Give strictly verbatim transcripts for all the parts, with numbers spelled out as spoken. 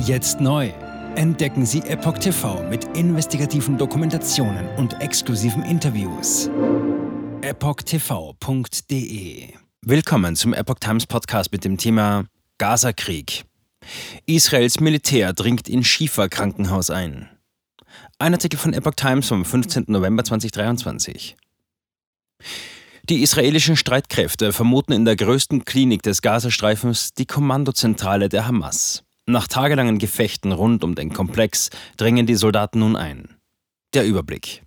Jetzt neu. Entdecken Sie Epoch T V mit investigativen Dokumentationen und exklusiven Interviews. epoch t v punkt d e. Willkommen zum Epoch Times Podcast mit dem Thema Gaza-Krieg. Israels Militär dringt in Schifa-Krankenhaus ein. Ein Artikel von Epoch Times vom fünfzehnten November zweitausenddreiundzwanzig. Die israelischen Streitkräfte vermuten in der größten Klinik des Gazastreifens die Kommandozentrale der Hamas. Nach tagelangen Gefechten rund um den Komplex dringen die Soldaten nun ein. Der Überblick.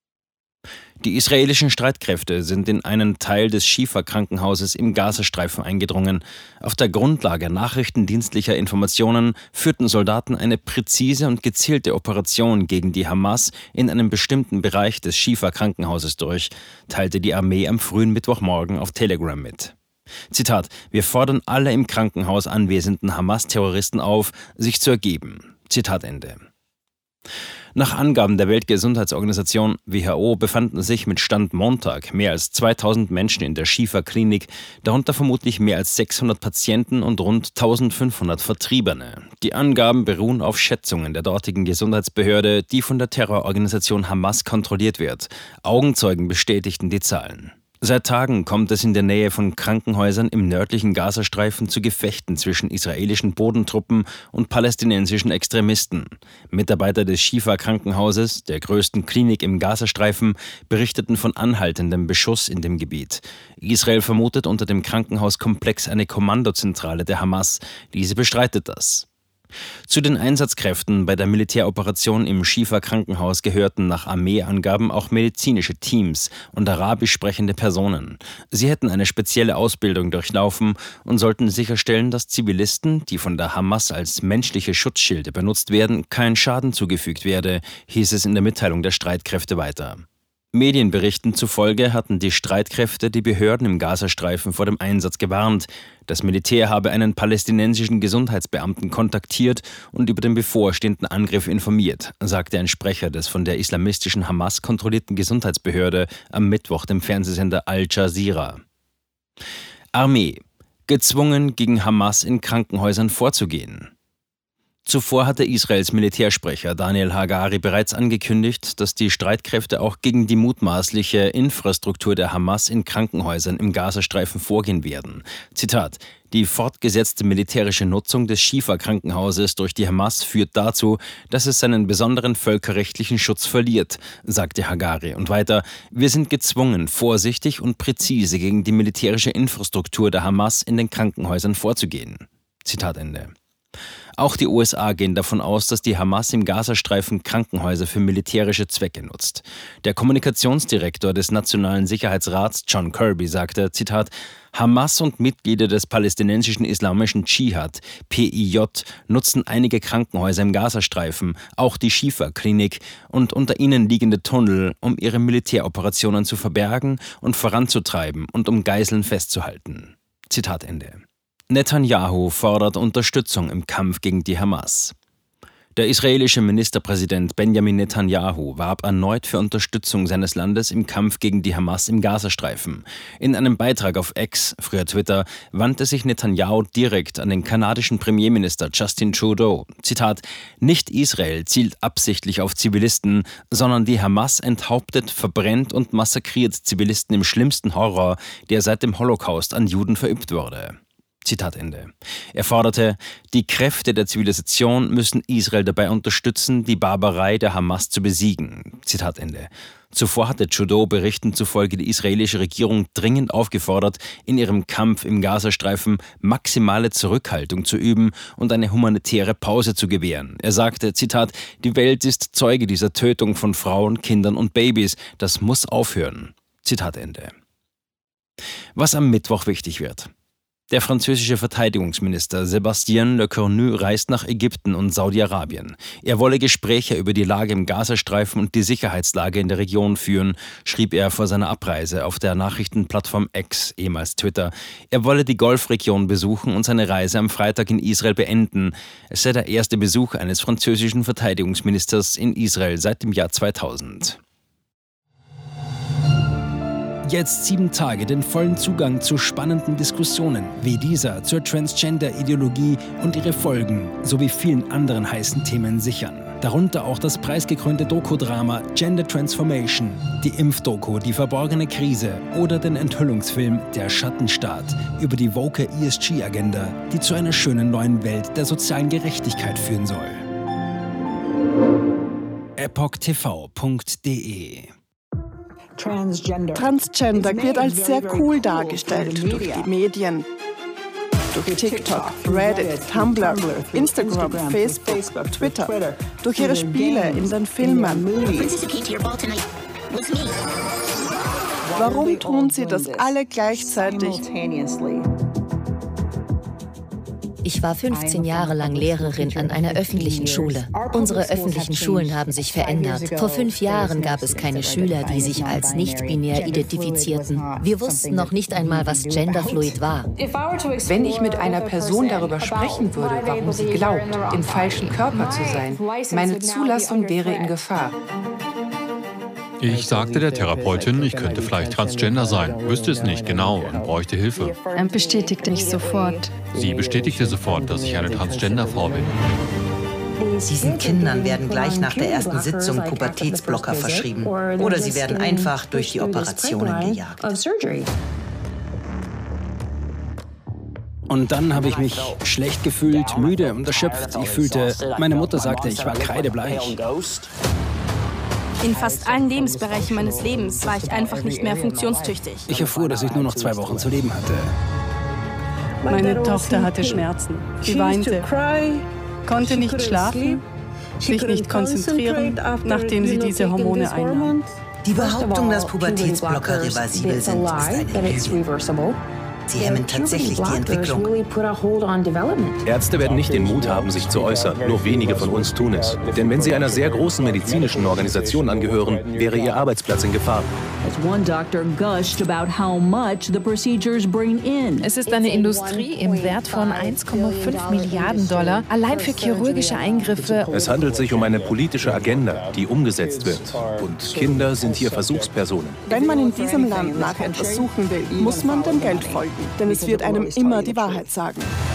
Die israelischen Streitkräfte sind in einen Teil des Schifa-Krankenhauses im Gazastreifen eingedrungen. Auf der Grundlage nachrichtendienstlicher Informationen führten Soldaten eine präzise und gezielte Operation gegen die Hamas in einem bestimmten Bereich des Schifa-Krankenhauses durch, teilte die Armee am frühen Mittwochmorgen auf Telegram mit. Zitat: Wir fordern alle im Krankenhaus anwesenden Hamas-Terroristen auf, sich zu ergeben. Zitat Ende. Nach Angaben der Weltgesundheitsorganisation W H O befanden sich mit Stand Montag mehr als zweitausend Menschen in der Schifa-Klinik, darunter vermutlich mehr als sechshundert Patienten und rund eintausendfünfhundert Vertriebene. Die Angaben beruhen auf Schätzungen der dortigen Gesundheitsbehörde, die von der Terrororganisation Hamas kontrolliert wird. Augenzeugen bestätigten die Zahlen. Seit Tagen kommt es in der Nähe von Krankenhäusern im nördlichen Gazastreifen zu Gefechten zwischen israelischen Bodentruppen und palästinensischen Extremisten. Mitarbeiter des Schifa-Krankenhauses, der größten Klinik im Gazastreifen, berichteten von anhaltendem Beschuss in dem Gebiet. Israel vermutet unter dem Krankenhauskomplex eine Kommandozentrale der Hamas. Diese bestreitet das. Zu den Einsatzkräften bei der Militäroperation im Schifa-Krankenhaus gehörten nach Armeeangaben auch medizinische Teams und arabisch sprechende Personen. Sie hätten eine spezielle Ausbildung durchlaufen und sollten sicherstellen, dass Zivilisten, die von der Hamas als menschliche Schutzschilde benutzt werden, kein Schaden zugefügt werde, hieß es in der Mitteilung der Streitkräfte weiter. Medienberichten zufolge hatten die Streitkräfte die Behörden im Gazastreifen vor dem Einsatz gewarnt. Das Militär habe einen palästinensischen Gesundheitsbeamten kontaktiert und über den bevorstehenden Angriff informiert, sagte ein Sprecher des von der islamistischen Hamas kontrollierten Gesundheitsbehörde am Mittwoch dem Fernsehsender Al Jazeera. Armee: Gezwungen, gegen Hamas in Krankenhäusern vorzugehen. Zuvor hatte Israels Militärsprecher Daniel Hagari bereits angekündigt, dass die Streitkräfte auch gegen die mutmaßliche Infrastruktur der Hamas in Krankenhäusern im Gazastreifen vorgehen werden. Zitat: Die fortgesetzte militärische Nutzung des Schifa-Krankenhauses durch die Hamas führt dazu, dass es seinen besonderen völkerrechtlichen Schutz verliert, sagte Hagari. Und weiter: Wir sind gezwungen, vorsichtig und präzise gegen die militärische Infrastruktur der Hamas in den Krankenhäusern vorzugehen. Zitat Ende. Auch die U S A gehen davon aus, dass die Hamas im Gazastreifen Krankenhäuser für militärische Zwecke nutzt. Der Kommunikationsdirektor des Nationalen Sicherheitsrats, John Kirby, sagte, Zitat: Hamas und Mitglieder des palästinensischen islamischen Dschihad, P I J, nutzen einige Krankenhäuser im Gazastreifen, auch die Schifa-Klinik und unter ihnen liegende Tunnel, um ihre Militäroperationen zu verbergen und voranzutreiben und um Geiseln festzuhalten. Zitat Ende. Netanyahu fordert Unterstützung im Kampf gegen die Hamas. Der israelische Ministerpräsident Benjamin Netanyahu warb erneut für Unterstützung seines Landes im Kampf gegen die Hamas im Gazastreifen. In einem Beitrag auf X, früher Twitter, wandte sich Netanyahu direkt an den kanadischen Premierminister Justin Trudeau. Zitat: Nicht Israel zielt absichtlich auf Zivilisten, sondern die Hamas enthauptet, verbrennt und massakriert Zivilisten im schlimmsten Horror, der seit dem Holocaust an Juden verübt wurde. Zitat Ende. Er forderte, die Kräfte der Zivilisation müssen Israel dabei unterstützen, die Barbarei der Hamas zu besiegen. Zitat Ende. Zuvor hatte Trudeau Berichten zufolge die israelische Regierung dringend aufgefordert, in ihrem Kampf im Gazastreifen maximale Zurückhaltung zu üben und eine humanitäre Pause zu gewähren. Er sagte, Zitat: Die Welt ist Zeuge dieser Tötung von Frauen, Kindern und Babys. Das muss aufhören. Zitat Ende. Was am Mittwoch wichtig wird. Der französische Verteidigungsminister Sébastien Lecornu reist nach Ägypten und Saudi-Arabien. Er wolle Gespräche über die Lage im Gazastreifen und die Sicherheitslage in der Region führen, schrieb er vor seiner Abreise auf der Nachrichtenplattform X, ehemals Twitter. Er wolle die Golfregion besuchen und seine Reise am Freitag in Israel beenden. Es sei der erste Besuch eines französischen Verteidigungsministers in Israel seit dem Jahr zweitausend. Jetzt sieben Tage den vollen Zugang zu spannenden Diskussionen wie dieser zur Transgender-Ideologie und ihre Folgen sowie vielen anderen heißen Themen sichern. Darunter auch das preisgekrönte Doku-Drama Gender Transformation, die Impfdoku Die verborgene Krise oder den Enthüllungsfilm Der Schattenstaat über die woke E S G-Agenda, die zu einer schönen neuen Welt der sozialen Gerechtigkeit führen soll. epoch T V punkt de Transgender wird als sehr cool dargestellt durch die Medien, durch TikTok, Reddit, Tumblr, Instagram, Facebook, Twitter, durch ihre Spiele in den Filmen. Warum tun sie das alle gleichzeitig? Ich war fünfzehn Jahre lang Lehrerin an einer öffentlichen Schule. Unsere öffentlichen Schulen haben sich verändert. Vor fünf Jahren gab es keine Schüler, die sich als nicht-binär identifizierten. Wir wussten noch nicht einmal, was genderfluid war. Wenn ich mit einer Person darüber sprechen würde, warum sie glaubt, im falschen Körper zu sein, meine Zulassung wäre in Gefahr. Ich sagte der Therapeutin, ich könnte vielleicht Transgender sein, wüsste es nicht genau und bräuchte Hilfe. Er bestätigte mich sofort. Sie bestätigte sofort, dass ich eine Transgender-Frau bin. Diesen Kindern werden gleich nach der ersten Sitzung Pubertätsblocker verschrieben. Oder sie werden einfach durch die Operationen gejagt. Und dann habe ich mich schlecht gefühlt, müde und erschöpft. Ich fühlte, meine Mutter sagte, ich war kreidebleich. In fast allen Lebensbereichen meines Lebens war ich einfach nicht mehr funktionstüchtig. Ich erfuhr, dass ich nur noch zwei Wochen zu leben hatte. Meine Tochter hatte Schmerzen. Sie weinte, konnte nicht schlafen, sich nicht konzentrieren, nachdem sie diese Hormone einnahm. Die Behauptung, dass Pubertätsblocker reversibel sind, ist eine Illusion. Sie hemmen tatsächlich die Entwicklung. Ärzte werden nicht den Mut haben, sich zu äußern. Nur wenige von uns tun es. Denn wenn sie einer sehr großen medizinischen Organisation angehören, wäre ihr Arbeitsplatz in Gefahr. Es ist eine Industrie im Wert von eins Komma fünf Milliarden Dollar, allein für chirurgische Eingriffe. Es handelt sich um eine politische Agenda, die umgesetzt wird. Und Kinder sind hier Versuchspersonen. Wenn man in diesem Land nach etwas suchen will, muss man dem Geld folgen. Denn es wird einem immer die Wahrheit sagen.